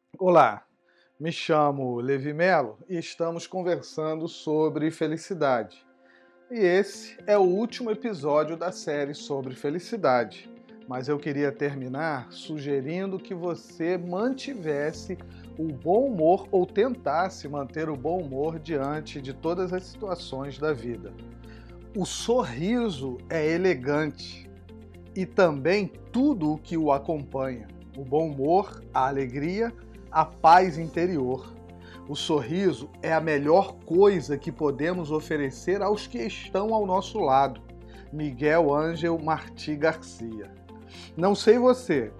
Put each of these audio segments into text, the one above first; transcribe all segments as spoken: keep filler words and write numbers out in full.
Olá, me chamo Levi Melo e estamos conversando sobre felicidade. E esse é o último episódio da série sobre felicidade, mas eu queria terminar sugerindo que você mantivesse o bom humor ou tentasse manter o bom humor diante de todas as situações da vida. O sorriso é elegante e também tudo o que o acompanha: o bom humor, a alegria, a paz interior. O sorriso é a melhor coisa que podemos oferecer aos que estão ao nosso lado. Miguel Ângelo Martí Garcia. Não sei você,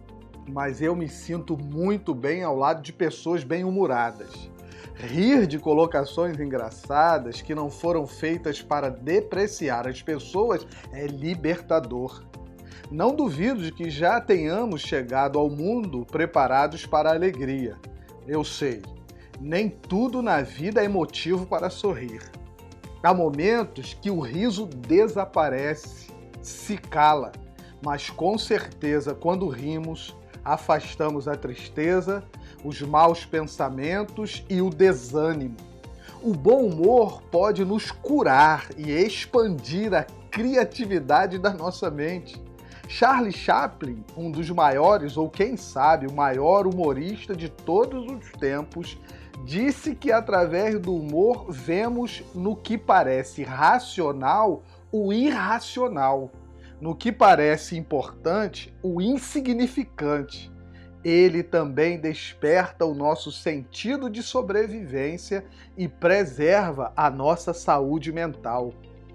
mas eu me sinto muito bem ao lado de pessoas bem-humoradas. Rir de colocações engraçadas que não foram feitas para depreciar as pessoas é libertador. Não duvido de que já tenhamos chegado ao mundo preparados para a alegria. Eu sei, nem tudo na vida é motivo para sorrir. Há momentos que o riso desaparece, se cala, mas com certeza quando rimos, afastamos a tristeza, os maus pensamentos e o desânimo. O bom humor pode nos curar e expandir a criatividade da nossa mente. Charlie Chaplin, um dos maiores, ou quem sabe, o maior humorista de todos os tempos, disse que através do humor vemos no que parece racional o irracional, no que parece importante o insignificante. Ele também desperta o nosso sentido de sobrevivência e preserva a nossa saúde mental.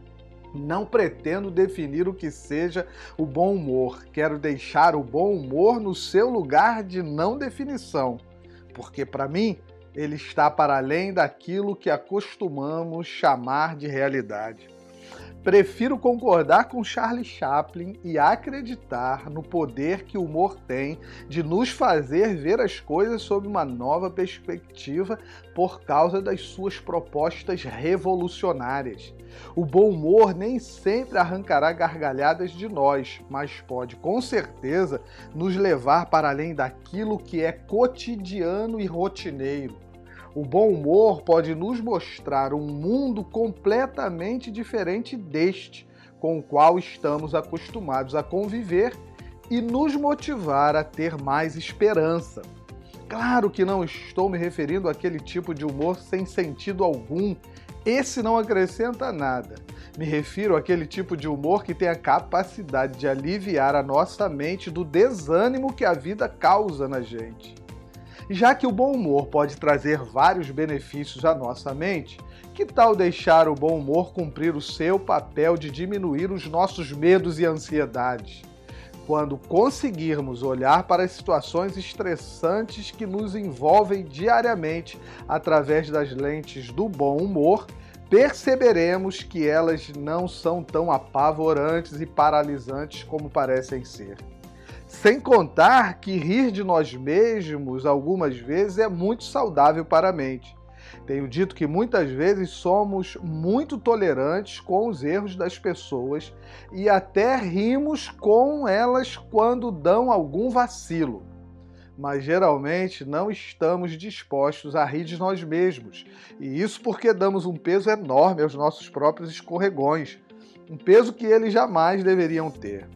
Não pretendo definir o que seja o bom humor. Quero deixar o bom humor no seu lugar de não definição, porque para mim ele está para além daquilo que acostumamos chamar de realidade. Prefiro concordar com Charlie Chaplin e acreditar no poder que o humor tem de nos fazer ver as coisas sob uma nova perspectiva por causa das suas propostas revolucionárias. O bom humor nem sempre arrancará gargalhadas de nós, mas pode com certeza nos levar para além daquilo que é cotidiano e rotineiro. O bom humor pode nos mostrar um mundo completamente diferente deste, com o qual estamos acostumados a conviver e nos motivar a ter mais esperança. Claro que não estou me referindo àquele tipo de humor sem sentido algum. Esse não acrescenta nada. Me refiro àquele tipo de humor que tem a capacidade de aliviar a nossa mente do desânimo que a vida causa na gente. Já que o bom humor pode trazer vários benefícios à nossa mente, que tal deixar o bom humor cumprir o seu papel de diminuir os nossos medos e ansiedades? Quando conseguirmos olhar para as situações estressantes que nos envolvem diariamente através das lentes do bom humor, perceberemos que elas não são tão apavorantes e paralisantes como parecem ser. Sem contar que rir de nós mesmos algumas vezes é muito saudável para a mente. Tenho dito que muitas vezes somos muito tolerantes com os erros das pessoas e até rimos com elas quando dão algum vacilo. Mas geralmente não estamos dispostos a rir de nós mesmos. E isso porque damos um peso enorme aos nossos próprios escorregões, um peso que eles jamais deveriam ter.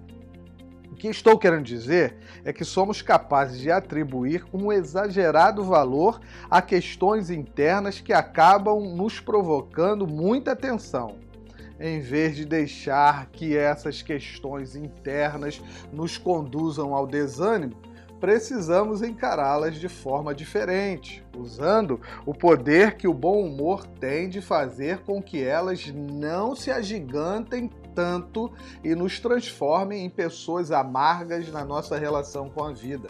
O que estou querendo dizer é que somos capazes de atribuir um exagerado valor a questões internas que acabam nos provocando muita tensão. Em vez de deixar que essas questões internas nos conduzam ao desânimo, precisamos encará-las de forma diferente, usando o poder que o bom humor tem de fazer com que elas não se agigantem tanto e nos transformem em pessoas amargas na nossa relação com a vida.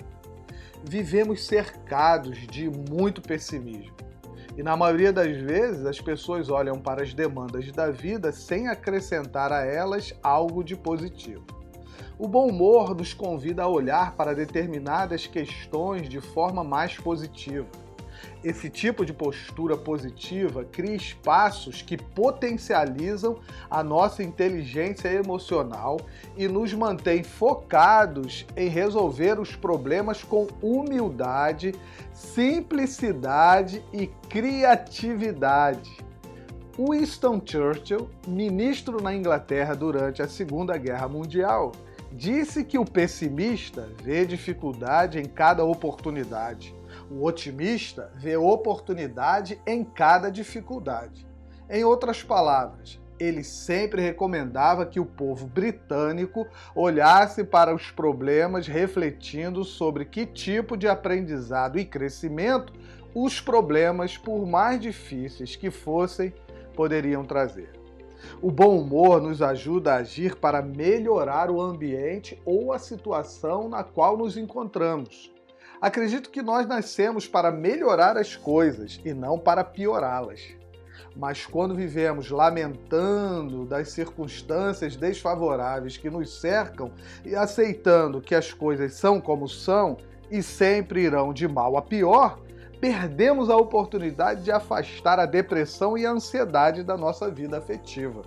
Vivemos cercados de muito pessimismo. E na maioria das vezes as pessoas olham para as demandas da vida sem acrescentar a elas algo de positivo. O bom humor nos convida a olhar para determinadas questões de forma mais positiva. Esse tipo de postura positiva cria espaços que potencializam a nossa inteligência emocional e nos mantém focados em resolver os problemas com humildade, simplicidade e criatividade. Winston Churchill, ministro na Inglaterra durante a Segunda Guerra Mundial, disse que o pessimista vê dificuldade em cada oportunidade. O otimista vê oportunidade em cada dificuldade. Em outras palavras, ele sempre recomendava que o povo britânico olhasse para os problemas refletindo sobre que tipo de aprendizado e crescimento os problemas, por mais difíceis que fossem, poderiam trazer. O bom humor nos ajuda a agir para melhorar o ambiente ou a situação na qual nos encontramos. Acredito que nós nascemos para melhorar as coisas e não para piorá-las. Mas quando vivemos lamentando das circunstâncias desfavoráveis que nos cercam e aceitando que as coisas são como são e sempre irão de mal a pior, perdemos a oportunidade de afastar a depressão e a ansiedade da nossa vida afetiva.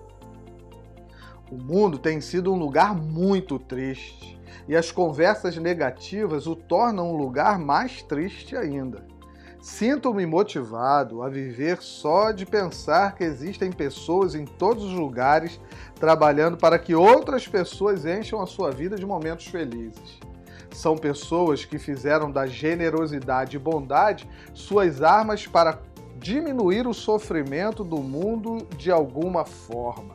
O mundo tem sido um lugar muito triste e as conversas negativas o tornam um lugar mais triste ainda. Sinto-me motivado a viver só de pensar que existem pessoas em todos os lugares trabalhando para que outras pessoas encham a sua vida de momentos felizes. São pessoas que fizeram da generosidade e bondade suas armas para diminuir o sofrimento do mundo de alguma forma.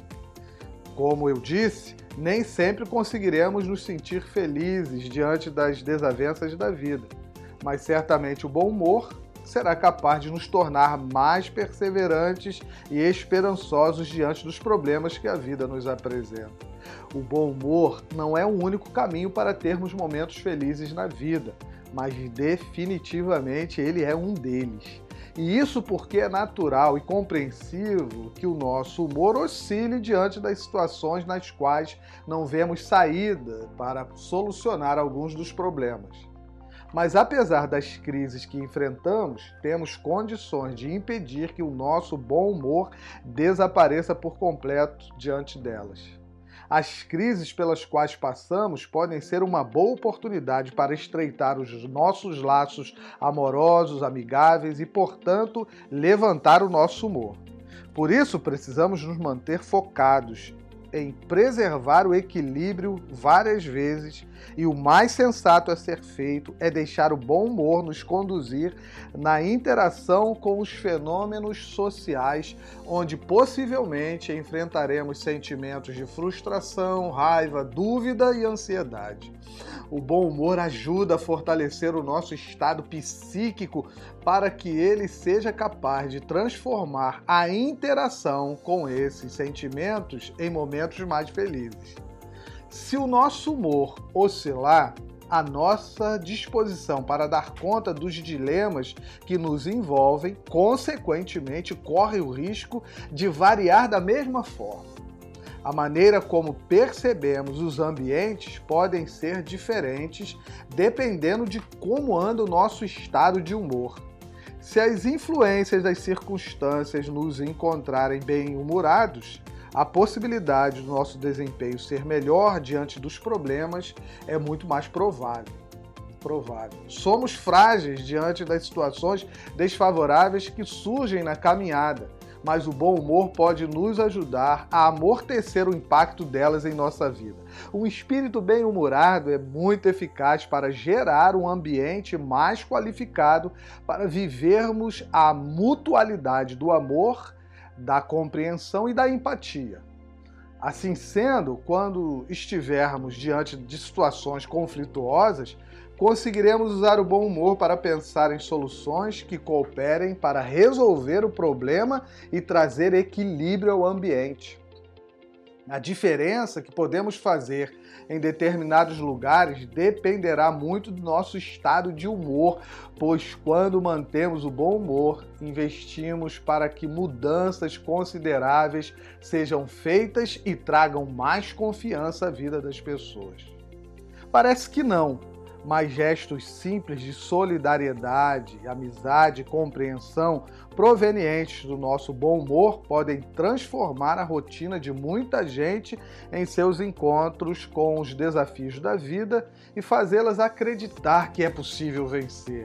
Como eu disse, nem sempre conseguiremos nos sentir felizes diante das desavenças da vida, mas certamente o bom humor será capaz de nos tornar mais perseverantes e esperançosos diante dos problemas que a vida nos apresenta. O bom humor não é o único caminho para termos momentos felizes na vida, mas definitivamente ele é um deles. E isso porque é natural e compreensivo que o nosso humor oscile diante das situações nas quais não vemos saída para solucionar alguns dos problemas. Mas apesar das crises que enfrentamos, temos condições de impedir que o nosso bom humor desapareça por completo diante delas. As crises pelas quais passamos podem ser uma boa oportunidade para estreitar os nossos laços amorosos, amigáveis e, portanto, levantar o nosso humor. Por isso, precisamos nos manter focados em preservar o equilíbrio várias vezes, e o mais sensato a ser feito é deixar o bom humor nos conduzir na interação com os fenômenos sociais, onde possivelmente enfrentaremos sentimentos de frustração, raiva, dúvida e ansiedade. O bom humor ajuda a fortalecer o nosso estado psíquico para que ele seja capaz de transformar a interação com esses sentimentos em momentos mais felizes. Se o nosso humor oscilar, a nossa disposição para dar conta dos dilemas que nos envolvem, consequentemente, corre o risco de variar da mesma forma. A maneira como percebemos os ambientes podem ser diferentes dependendo de como anda o nosso estado de humor. Se as influências das circunstâncias nos encontrarem bem-humorados, a possibilidade do nosso desempenho ser melhor diante dos problemas é muito mais provável. provável. Somos frágeis diante das situações desfavoráveis que surgem na caminhada, mas o bom humor pode nos ajudar a amortecer o impacto delas em nossa vida. Um espírito bem-humorado é muito eficaz para gerar um ambiente mais qualificado para vivermos a mutualidade do amor, da compreensão e da empatia. Assim sendo, quando estivermos diante de situações conflituosas, conseguiremos usar o bom humor para pensar em soluções que cooperem para resolver o problema e trazer equilíbrio ao ambiente. A diferença que podemos fazer em determinados lugares dependerá muito do nosso estado de humor, pois quando mantemos o bom humor, investimos para que mudanças consideráveis sejam feitas e tragam mais confiança à vida das pessoas. Parece que não, mas gestos simples de solidariedade, amizade e compreensão provenientes do nosso bom humor podem transformar a rotina de muita gente em seus encontros com os desafios da vida e fazê-las acreditar que é possível vencer.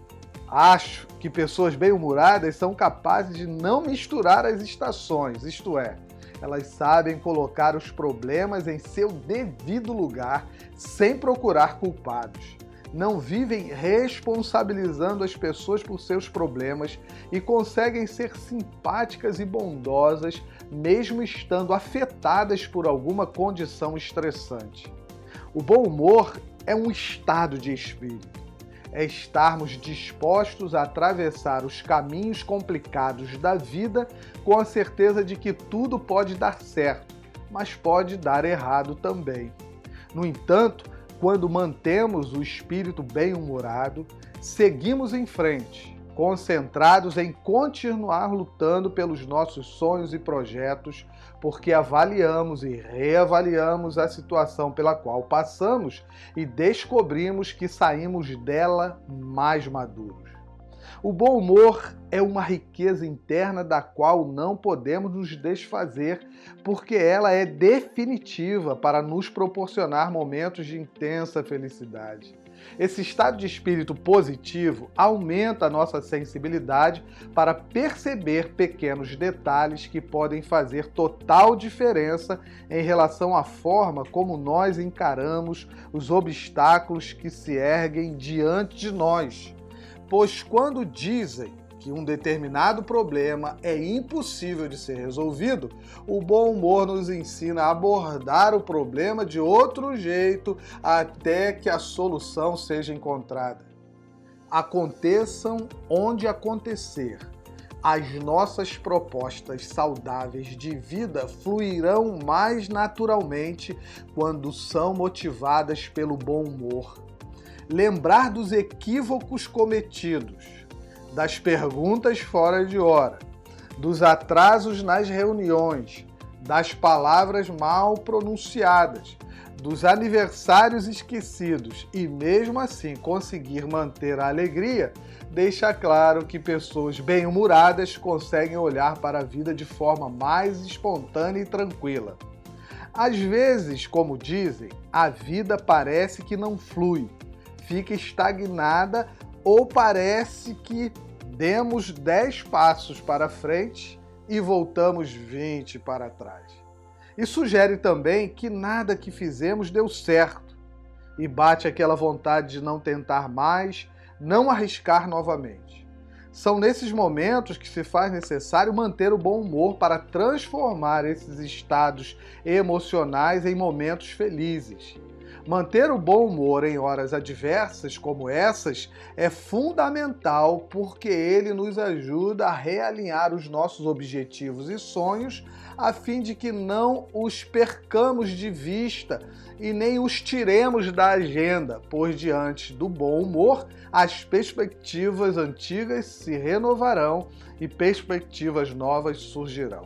Acho que pessoas bem-humoradas são capazes de não misturar as estações, isto é, elas sabem colocar os problemas em seu devido lugar sem procurar culpados. Não vivem responsabilizando as pessoas por seus problemas e conseguem ser simpáticas e bondosas mesmo estando afetadas por alguma condição estressante. O bom humor é um estado de espírito. É estarmos dispostos a atravessar os caminhos complicados da vida com a certeza de que tudo pode dar certo, mas pode dar errado também. No entanto, quando mantemos o espírito bem-humorado, seguimos em frente, concentrados em continuar lutando pelos nossos sonhos e projetos, porque avaliamos e reavaliamos a situação pela qual passamos e descobrimos que saímos dela mais maduros. O bom humor é uma riqueza interna da qual não podemos nos desfazer, porque ela é definitiva para nos proporcionar momentos de intensa felicidade. Esse estado de espírito positivo aumenta a nossa sensibilidade para perceber pequenos detalhes que podem fazer total diferença em relação à forma como nós encaramos os obstáculos que se erguem diante de nós. Pois quando dizem que um determinado problema é impossível de ser resolvido, o bom humor nos ensina a abordar o problema de outro jeito até que a solução seja encontrada. Aconteçam onde acontecer, as nossas propostas saudáveis de vida fluirão mais naturalmente quando são motivadas pelo bom humor. Lembrar dos equívocos cometidos, das perguntas fora de hora, dos atrasos nas reuniões, das palavras mal pronunciadas, dos aniversários esquecidos e mesmo assim conseguir manter a alegria, deixa claro que pessoas bem-humoradas conseguem olhar para a vida de forma mais espontânea e tranquila. Às vezes, como dizem, a vida parece que não flui, fica estagnada ou parece que demos dez passos para frente e voltamos vinte para trás. E sugere também que nada que fizemos deu certo e bate aquela vontade de não tentar mais, não arriscar novamente. São nesses momentos que se faz necessário manter o bom humor para transformar esses estados emocionais em momentos felizes. Manter o bom humor em horas adversas como essas é fundamental porque ele nos ajuda a realinhar os nossos objetivos e sonhos a fim de que não os percamos de vista e nem os tiremos da agenda, pois diante do bom humor as perspectivas antigas se renovarão e perspectivas novas surgirão.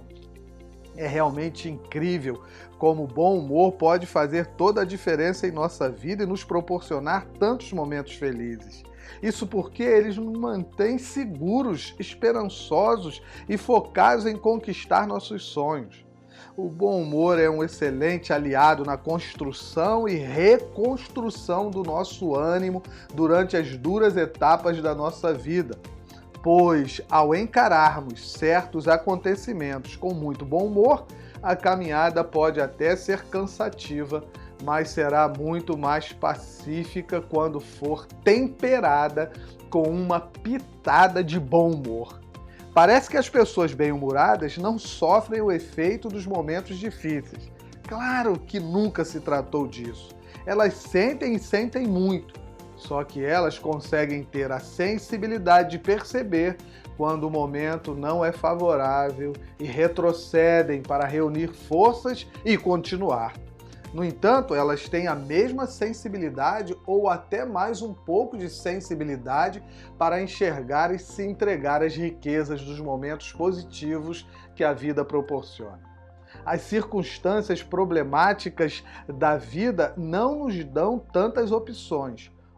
É realmente incrível como o bom humor pode fazer toda a diferença em nossa vida e nos proporcionar tantos momentos felizes. Isso porque eles nos mantêm seguros, esperançosos e focados em conquistar nossos sonhos. O bom humor é um excelente aliado na construção e reconstrução do nosso ânimo durante as duras etapas da nossa vida. Pois, ao encararmos certos acontecimentos com muito bom humor, a caminhada pode até ser cansativa, mas será muito mais pacífica quando for temperada com uma pitada de bom humor. Parece que as pessoas bem-humoradas não sofrem o efeito dos momentos difíceis. Claro que nunca se tratou disso. Elas sentem e sentem muito. Só que elas conseguem ter a sensibilidade de perceber quando o momento não é favorável e retrocedem para reunir forças e continuar. No entanto, elas têm a mesma sensibilidade ou até mais um pouco de sensibilidade para enxergar e se entregar às riquezas dos momentos positivos que a vida proporciona. As circunstâncias problemáticas da vida não nos dão tantas opções.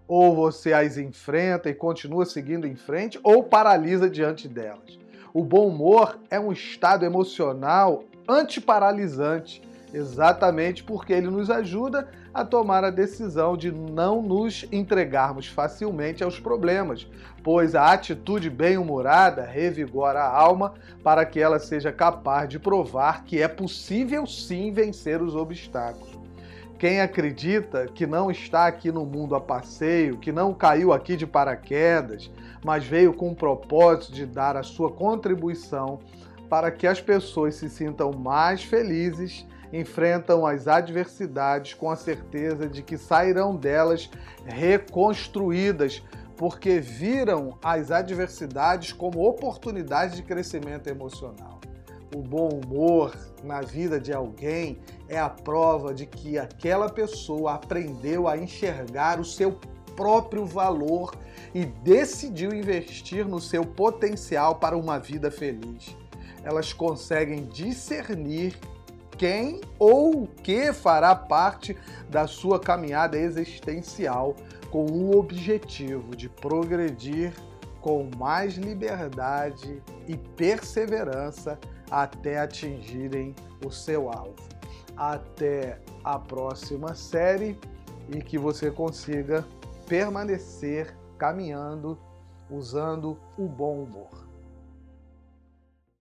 Ou você as enfrenta e continua seguindo em frente, ou paralisa diante delas. O bom humor é um estado emocional antiparalisante, exatamente porque ele nos ajuda a tomar a decisão de não nos entregarmos facilmente aos problemas, pois a atitude bem-humorada revigora a alma para que ela seja capaz de provar que é possível sim vencer os obstáculos. Quem acredita que não está aqui no mundo a passeio, que não caiu aqui de paraquedas, mas veio com o propósito de dar a sua contribuição para que as pessoas se sintam mais felizes, enfrentam as adversidades com a certeza de que sairão delas reconstruídas, porque viram as adversidades como oportunidades de crescimento emocional. O bom humor na vida de alguém é a prova de que aquela pessoa aprendeu a enxergar o seu próprio valor e decidiu investir no seu potencial para uma vida feliz. Elas conseguem discernir quem ou o que fará parte da sua caminhada existencial com o objetivo de progredir com mais liberdade e perseverança até atingirem o seu alvo. Até a próxima série e que você consiga permanecer caminhando usando o bom humor.